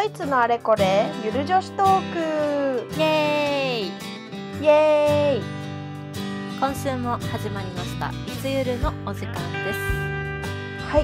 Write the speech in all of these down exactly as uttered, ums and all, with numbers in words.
イツのあれこれゆる女子トークイエーイイエーイ。 今週も始まりましたいつゆるのお時間です。 はい、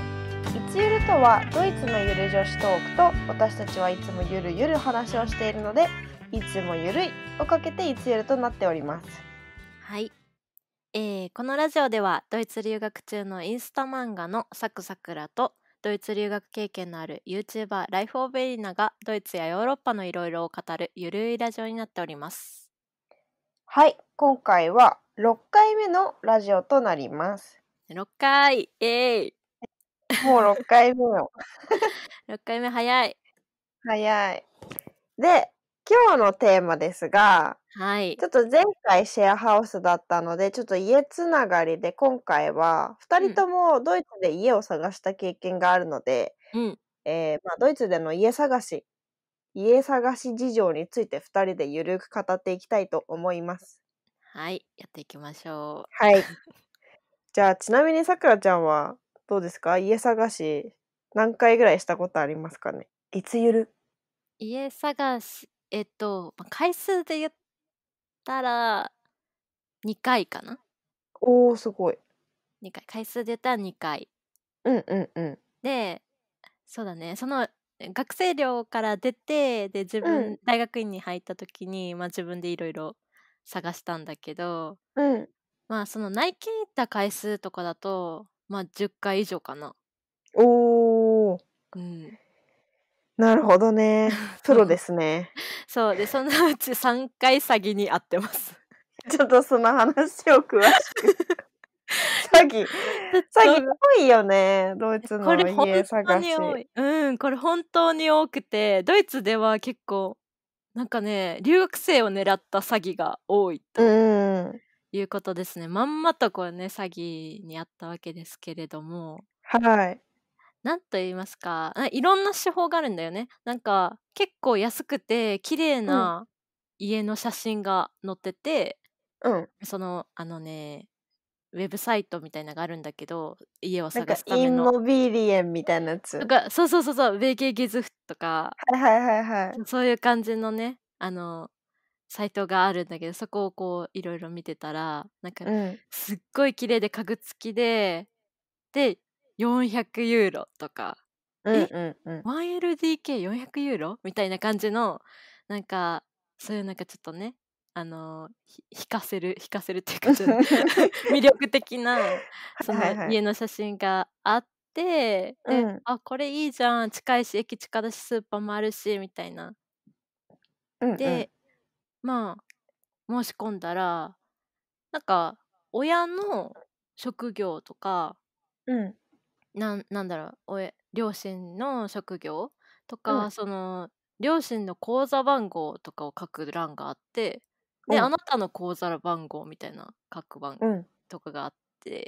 いつゆるとはドイツのゆる女子トークと、私たちはいつもゆるゆる話をしているので、いつもゆるいをかけていつゆるとなっております。 はい、えー、このラジオではドイツ留学中のインスタ漫画のサクサクラとドイツ留学経験のある YouTuber ライフオブエリナがドイツやヨーロッパのいろいろを語るゆるいラジオになっております。 はい、今回はろっかいめのラジオとなります。 ろっかい、イエーイもうろっかいめよろっかいめ早い早い。で、今日のテーマですが、 はい、 ちょっと前回シェアハウスだったので、ちょっと家つながりで今回はふたりともドイツで家を探した経験があるので、 うん、 えーまあ、ドイツでの家探し、家探し事情についてふたりでゆるく語っていきたいと思います。 はい、やっていきましょう。 はい。じゃあちなみにさくらちゃんはどうですか？家探し何回ぐらいしたことありますかね？いつゆる？ 家探し、えっと、まあ回数で言ったらにかいかな。 おー、すごい。 にかい、回数で言ったらにかいうんうんうん。 で、そうだね、その学生寮から出て、で自うん分大学院に入った時に、まあ、自分でいろいろ探したんだけど、 うん。 まあその内見行った回数とかだと、まあじゅっかい以上かな。 おー。 うん。 なるほどね。プロですね。 そうで、そのうちさんかい詐欺に遭ってます。 ちょっとその話を詳しく。詐欺。詐欺多いよね。ドイツこれ本の家当探し。 に多い。うん、これ本当に多くて、ドイツでは結構なんかね、留学生を狙った詐欺が多いとうん。 いうことですね。まんまとこうね、詐欺にあったわけですけれども、 はい。 なんと言いますか、あいろんな手法があるんだよね。なんか結構安くて綺麗うん。 な家の写真が載ってて、 うん。 そのあのね、ウェブサイトみたいなのがあるんだけど、家をなん探かインすための。 モビリエンみたいなやつ。 とか、そうそうそうそう、ベーゲーゲズフとか、 はいはいはいはい。 そういう感じのね、あの、サイトがあるんだけど、そこをこういろいろ見てたら、なんかうん。 すっごい綺麗で家具付きで、で、よんひゃくユーロとか、 うんえ、 うんうん。 ワンエルディーケーよんひゃくユーロみたいな感じの、なんか、そういうなんかちょっとね、あの、ひ引かせる、引かせるっていうか、ちょっと魅力的な、そのはいはいはい。 家の写真があって、で、 うん。 あ、これいいじゃん、近いし、駅近だし、スーパーもあるし、みたいな。 うんうん。 で、まあ、申し込んだら、なんか、親の職業とか、 うん。 なんなんだろう、おえ両親の職業とうん。 か、その、両親の口座番号とかを書く欄があって、で、あうん。 なたの口座番号みたいな書く番うん。 とかがあって、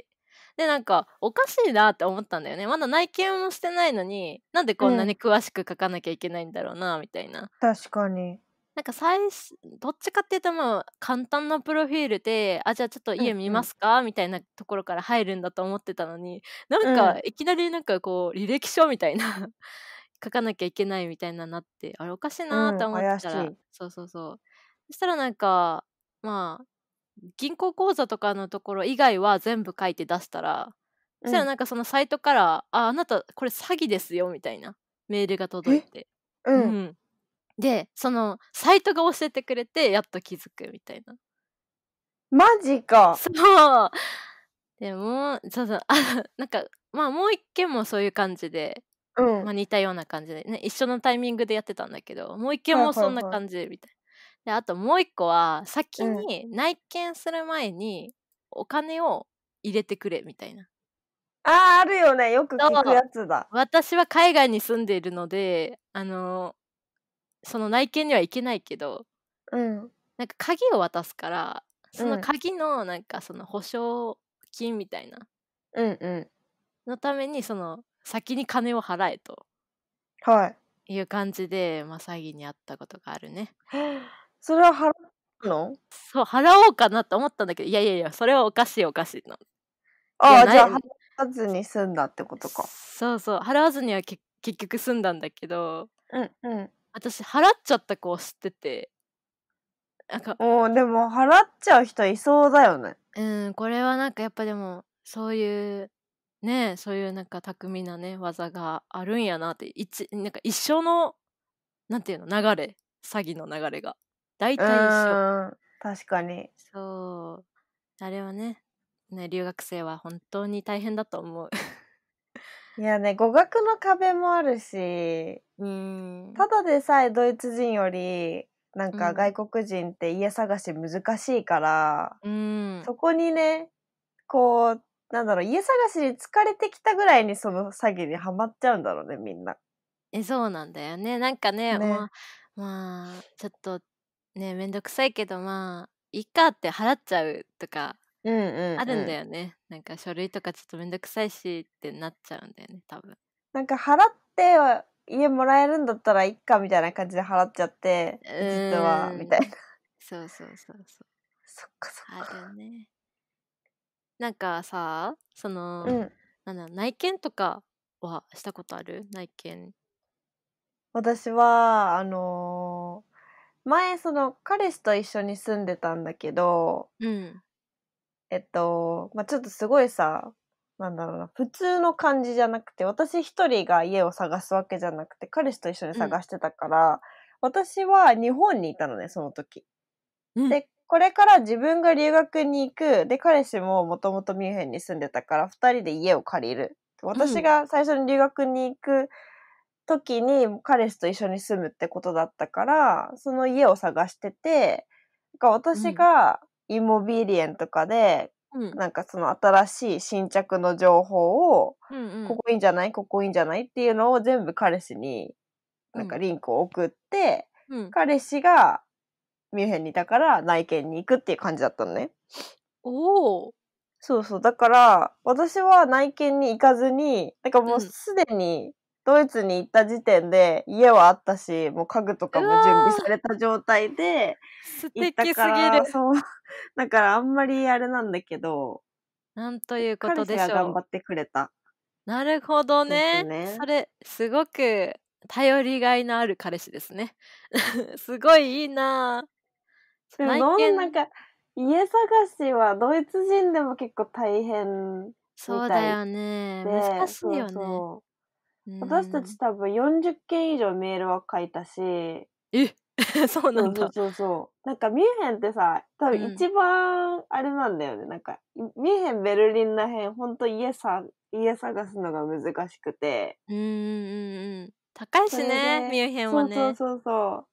で、なんかおかしいなって思ったんだよね。まだ内見もしてないのに、なんでこんなにうん。 詳しく書かなきゃいけないんだろうなみたいな。 確かに。 なんか最初どっちかっていうともう簡単なプロフィールで、あ、じゃあちょっと家見うんうん。 ますかみたいなところから入るんだと思ってたのに、なんうん。 かいきなりなんかこう履歴書みたいな書かなきゃいけないみたいななって、あれおかしいなってうん。 思ってたら、 怪しい。 そうそうそう。そしたらなんか、まあ、銀行口座とかのところ以外は全部書いて出したら、そしたらうん。 なんかそのサイトから、あ、あなたこれ詐欺ですよみたいなメールが届いえ？ て。 うん。 うん。で、そのサイトが教えてくれて、やっと気づくみたいな。 マジか。 そう。でも、そうそう、あ、なんか、まあ、もう一件もそういう感じで、 うん。 まあ、似たような感じでね、一緒のタイミングでやってたんだけど、もう一件はいもそんなはいはい。 感じみたいな。で、あともう一個は、先うん。 に内見する前にお金を入れてくれみたいな。 ああ、あるよね。よくそう。 聞くやつだ。 私は海外に住んでいるので、あの、その内見には行けないけど、 うん。 なんか鍵を渡すから、そのうん。 鍵のなんかその保証金みたいなうんうん。 のために、その先に金を払えとはい。 いう感じで、まあ、詐欺に遭ったことがあるね。 それは払ったの？ そう、払おうかなと思ったんだけど、いやいやいや、それはおかしいおかしいの。いや、 ああ、じゃあ、 ない、 払わずに済んだってことか。 そうそう、払わずにはけ結局済んだんだけど、 うんうん。 私払っちゃった子を知ってて、なんかおーでも払っちゃう人いそうだよね。 うんこれはなんかやっぱでもそういうねそういうなんか巧みなね技があるんやなって一なんか一緒のなんていうの流れ詐欺の流れが大う体一緒。 ーん、確かに。 そうあれはねね留学生は本当に大変だと思う。 いやね、語学の壁もあるし、 うーんただでさえドイツ人より、なんうんか外国人って家探し難しいから、 うーんそこにね、こう、なんだろう、家探しに疲れてきたぐらいにその詐欺にはまっちゃうんだろうね、みんな。 えそうなんだよねなんかねまね。 あまあちょっとねめんどくさいけどまあいいかって払っちゃうとかうんうんあるんだうん。 よね。なんか書類とかちょっとめんどくさいしってなっちゃうんだよね、多分。 なんか払っては家もらえるんだったらいっかみたいな感じで払っちゃって、 う実はみたいな。 ーん。そうそうそうそう。 そっかそっあか。 るね。なんかさ、その、 うん。 なんだ、内見とかはしたことある？内見。 私は、あの、前その彼氏と一緒に住んでたんだけど、 うん。 えっと、ま、ちょっとすごいさ、なんだろうな、普通の感じじゃなくて、私一人が家を探すわけじゃなくて、彼氏と一緒にうん。 探してたから、私は日本にいたのね、その時。 うん。 で、これから自分が留学に行く、で、彼氏ももともとミュンヘンに住んでたから、ふたりで家を借りる。 うん。 私が最初に留学に行く時に、彼氏と一緒に住むってことだったから、その家を探してて、なんか私うん。 がイモビリエンとかで、 うん。 なんかその新しい新着の情報を、 うんうん。 ここいいんじゃない？ここいいんじゃない？っていうのを全部彼氏に、なんかうん。 リンクを送って、 うん。 彼氏がミュンヘンにいたから内見に行くっていう感じだったのね。 おお。 そうそう。だから、私は内見に行かずに、なんかもううん。 すでにドイツに行った時点で家はあったし、もう家具とうかも準備さわ、 れた状態で素行った敵すぎる。 から、そう、だからあんまりあれなんだけど、 なんということ彼氏でしょう。 が頑張ってくれたなるほどですね。 ね。 それ、すごく頼りがいのある彼氏ですね。すごいいいな。 でも内見どんなんか、家探しはドイツ人でも結構大変みたいそうだよね。難で、 しいそうよね。 そう。 う私たーん。 ち多分よんじゅっけん以上メールは書いたし、 えそうなんだ。 そうそうそうそう。なんかミュンヘンってさ、多うん。 分一番あれなんだよね。なんか、ミュンヘン、ベルリンらへん、ほんと家さ家探すのが難しくて。 うんうんうんうん。高いそしね、ミれでュンヘンはそうそうね。 そうそう。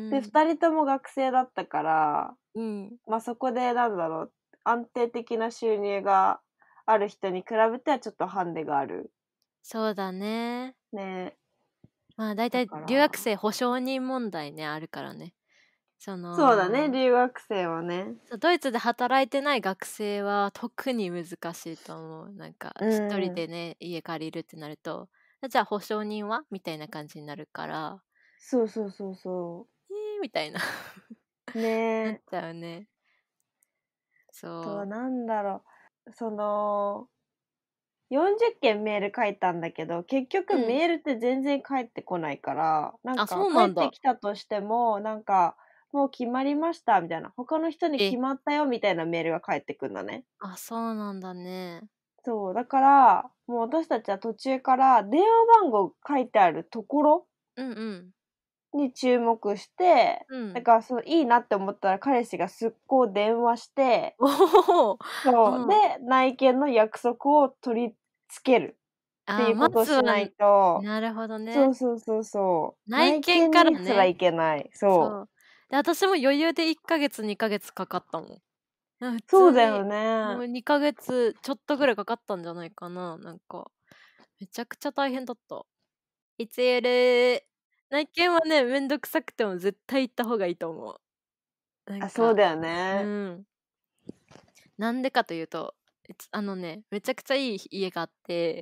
で、 うん。 ふたりとも学生だったから、 うん。 ま、そこでなんだろう、安定的な収入がある人に比べてはちょっとハンデがある。 そうだね。 ね。 まあ、だいたいだから留学生保証人問題ね、あるからね。そそうだね、 の、 留学生はね。 そうドイツで働いてない学生は特に難しいと思う。なんかう一人ん。 でね、家借りるってなると、じゃあ保証人はみたいな感じになるから、 そうそうそうそえーみたいなう。 なっね。 ちゃうね。 と、 そう。 なんだろう、その、よんじゅっけんメール書いたんだけど、結局うん。 メールって全然返ってこないから、なんあ、 か返ってそうなんだ。 きたとしても、なんか、もう決まりましたみたいな、他の人に決え、 まったよみたいなメールが返ってくんのね。 あ、そうなんだね。 そう、だから、もう私たちは途中から電話番号書いてあるところうんうん。 に注目して、 うん。 だからそのいいなって思ったら彼氏が速攻電話しておお。 そう。 うん。 で、内見の約束を取り付けるってあ、 いうことをまずはしないとなるほどそうね。 そうそうそう。 内内見見からね。 にすら行けない。そう。 そう。で、私も余裕でいっかげつ、にかげつかかったもん。な普そうだよ通に、もね。 うにかげつちょっとぐらいかかったんじゃないかな、なんか。めちゃくちゃ大変だった。いつゆる。内見はね、めんどくさくても絶対行った方がいいと思う。なんあ、そうか、 だようね。 ん。なんでかというと、いつあのね、めちゃくちゃいい家があって、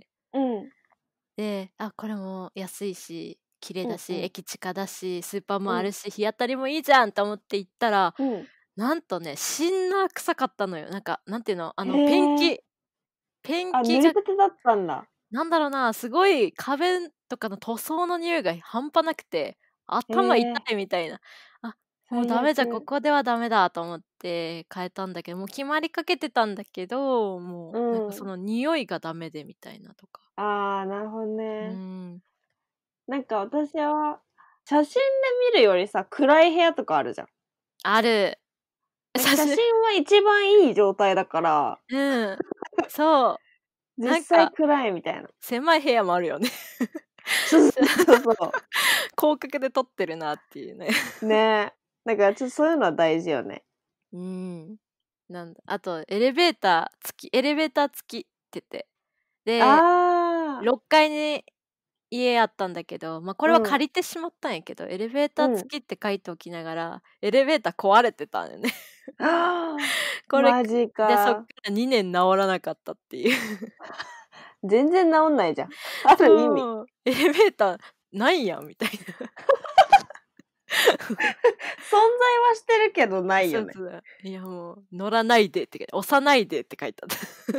うん。 で、あ、これも安いし、綺麗だし、 うんうん。 駅近だし、スーパーもうん。 あるし、日当たりもいいじゃんと思って行ったら、 うん。 なんとね、シンナー臭かったのよ。なんか、なんていうの、あへの、ペンえ。 キペンあ、塗りキが、 たてだったんだ。 なんだろうな、すごい壁とかの塗装の匂いが半端なくて、 頭痛え。 いみたいな。あ、もう最ダメじゃ、こ悪。 こではダメだと思って変えたんだけど、もう決まりかけてたんだけど、もううなんかそん。 の匂いがダメでみたいなとか。 ああ、なるほどうね。 ーん。 なんか私は、写真で見るよりさ、暗い部屋とかあるじゃん。 ある。 なんか写真写真は一番いい状態だから、 うん。そう。 実際なんか、 暗いみたいな。 狭い部屋もあるよね。 そうそうそうそ広角で撮ってるなっていうね。 う。ね。だからちょっとそういうのは大事よね。 うーん。なんだ、あとエレベーター付きエレベーター付きって言って。で、 ああ。 ろっかいに家あったんだけど、ま、これはうん。 借りてしまったんやけど、エレベーターうん。 付きって書いておきながら、エレベーター壊れてたんよね。 ああ、 これ、 マジで、そっかか。 らにねん治らなかったっていう。 全然治んないじゃん。ある意味。 そう、エレベーターないやんみたいな。 存在はしてるけどないよね。 そうそう。いやもう乗らないでって押さないでって書いてあった。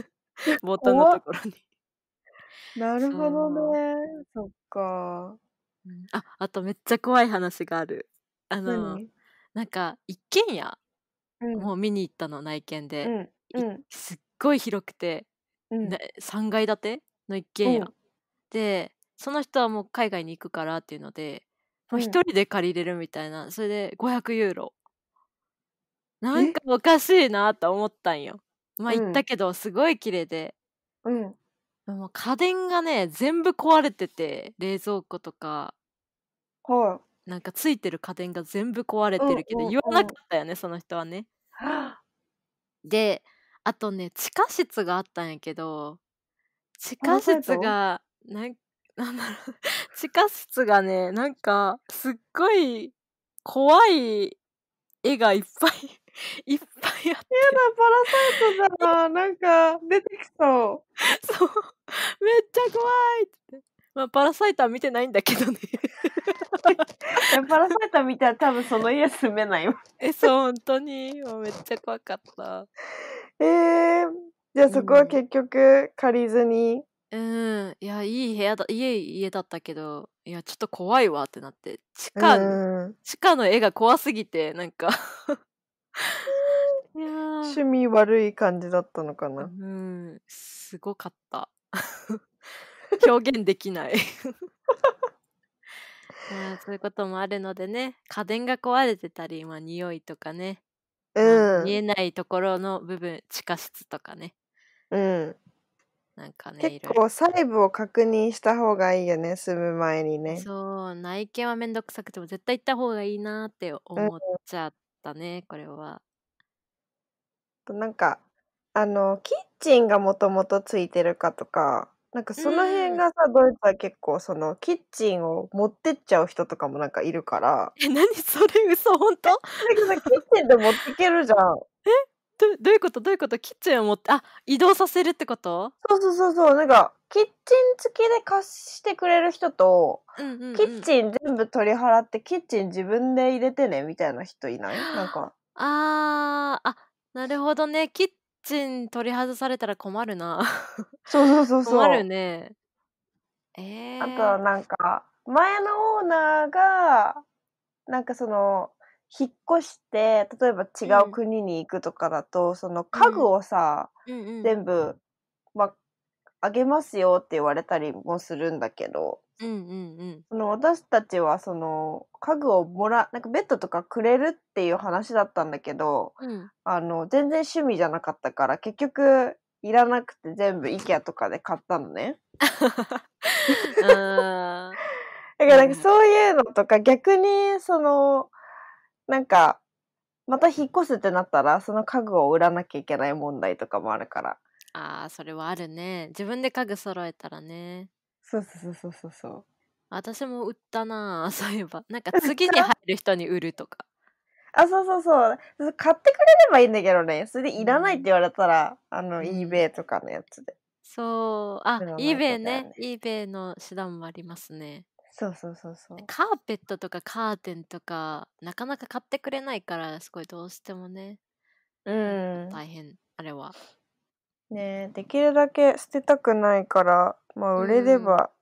ボタンの怖っ。 ところに。 なるほどそう。 ね。そっか。 うん、あ、あとめっちゃ怖い話がある。あの、 何？ なんか一軒家うん。 もう見に行ったの、内見で。 うん、ういん、 すっごい広くて、 うん、 ね、さんがい建ての一軒家。 うん、 で、その人はもう海外に行くからっていうので、もううん。 一人で借りれるみたいな、それでごひゃくユーロ。なんえ？ かおかしいなと思ったんよ。ま、行ったうん、 けどすごい綺麗で、 うん。 もう家電がね、全部壊れてて、冷蔵庫とか、 はい。 なんかついてる家電が全部壊れうんてるけど、言わなかうんうん。 ったよね、その人はね。 はあ。 で、あとね、地下室があったんやけど、地パラ下サイト？ 室が、なんなんだろう、地下室がね、なんかすっごい怖い絵がいっぱいいっぱいあって。 やだ、パラサイトじゃん。なんか出てきそう。 そう、めっちゃ怖いって言って。まあ、パラサイトは見てないんだけどね。 え、パラサイト見たら多分その家住めないわ。 え、そう、ほんとに、もうめっちゃ怖かった。 ええ、じゃあそこはうん。 結局借りずに。 うん、いや、いい部屋だ家家だったけど、いや、ちょっと怖いわってなって、地う下ーん。 地下の絵が怖すぎて、なんかいや、 趣味悪い感じだったのかうな。 ん、すごかった。表現できない。まあ、そういうこともあるのでね、家電が壊れてたり、まあ、匂いとかね、 うまあ、見えん、 ないところの部分、地下室とかね、 うん。 なんかね、 結いろいろ。 構細部を確認した方がいいよね、住む前にね。 そう、内見はめんどくさくても絶対行った方がいいなってうん。 思っちゃったね、これは。 となんか、あの、キッチンがもともとついてるかとか、なんかうその辺ん。 がさ、ドイツは結構そのキッチンを持ってっちゃう人とかもなんかいるから。 え、何それ、嘘、ほんと？ だけどキッチンで持ってけるじゃん。 え、どどういうことどういうこと？キッチンを持ってあ、移動させるってこと？ そうそうそうそう、なんか、キッチン付きで貸してくれる人と、 うんうんキッうん。 チン全部取り払って、キッチン自分で入れてねみたいな人いない？なんか。 ああ、あ、なるほどね。キッチン取り外されたら困るな。 そうそうそう困るそう。 ね。えあとはえ。 なんか、前のオーナーが、なんかその、引っ越して、例えば違ううん、 国に行くとかだと、そのうん、 家具をさ、 うんうん。 全部、ま、あげますよって言われたりもするんだけど、 うんうんうん。 その私たちはその家具をもらなんかベッドとかくれるっていう話だったんだけど、 うん。 あの、全然趣味じゃなかったから、結局いらなくて全部 IKEA とかで買ったのね。 ああ、 だからなんかはいはい。 そういうのとか、逆にその、なんか、また引っ越すってなったら、その家具を売らなきゃいけない問題とかもあるから。 ああ、それはあるね。自分で家具揃えたらね。 そうそうそうそうそう。 私も売ったな、そういえば。なんか売った？ 次に入る人に売るとか。 あ、そうそうそう。そ買ってくれればいいんだけどね。それでいらないってうん。 言われたら、あの、 うん。 eBay とかのやつでそう、あ、 売らないと eBay ね。 だよね。 eBay の手段もありますね。 そうそうそうそう。 カーペットとかカーテンとか、なかなか買ってくれないから、すごいどうしてもね、 うなんかん。 大変、あれは。 ねえ、できるだけ捨てたくないから、まあ、 う売れれん。 ば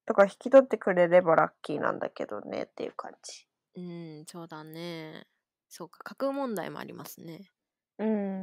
だから引き取ってくれればラッキーなんだけどねっていう感じ。 うん、そうだね。そうか、架空問題もありますね。 うん。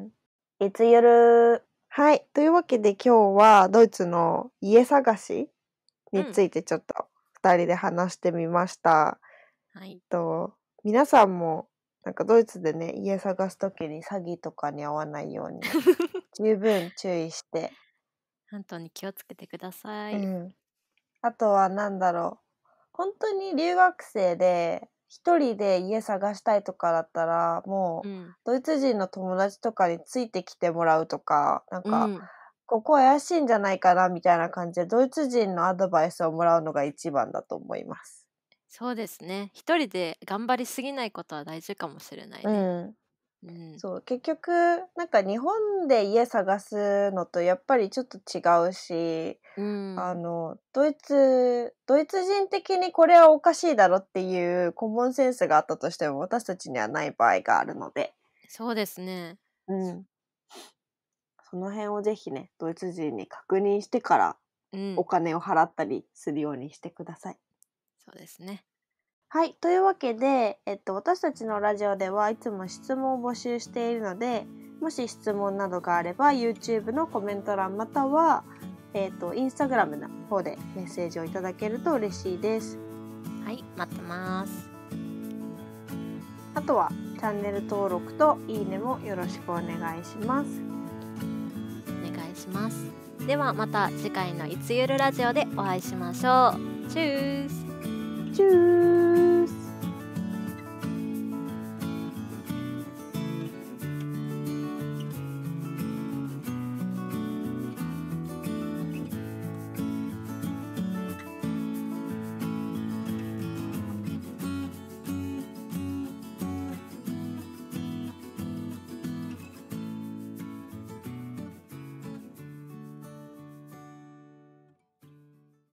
いつゆる。はい。というわけで今日はドイツの家探しについてちょっと二人で話してみました。 はい。 と皆さんもなんかドイツでね、家探すときに詐欺とかに遭わないように十分注意して。 本当に気をつけてください。 うん。あとはなんだろう。本当に留学生で一人で家探したいとかだったら、もう、 うん。 ドイツ人の友達とかについてきてもらうとか、なんか、 うん。 ここ怪しいんじゃないかなみたいな感じで、ドイツ人のアドバイスをもらうのが一番だと思います。 そうですね。一人で頑張りすぎないことは大事かもしれないうね。 ん。 うん。 そう、結局、なんか日本で家探すのとやっぱりちょっと違うし、 うあん。 の、ドイツ、ドイツ人的にこれはおかしいだろっていうコモンセンスがあったとしても、私たちにはない場合があるので、 そうですね。 うん。その辺をぜひね、ドイツ人に確認してからうん。 お金を払ったりするようにしてください。 そうですね。 はい。というわけで、えっと、私たちのラジオではいつも質問を募集しているので、もし質問などがあれば YouTube のコメント欄または、えっと、Instagram の方でメッセージをいただけると嬉しいです。 はい、待ってます。 あとはチャンネル登録といいねもよろしくお願いします。 お願いします。ではまた次回のいつゆるラジオでお会いしましょう。チュース。 チュー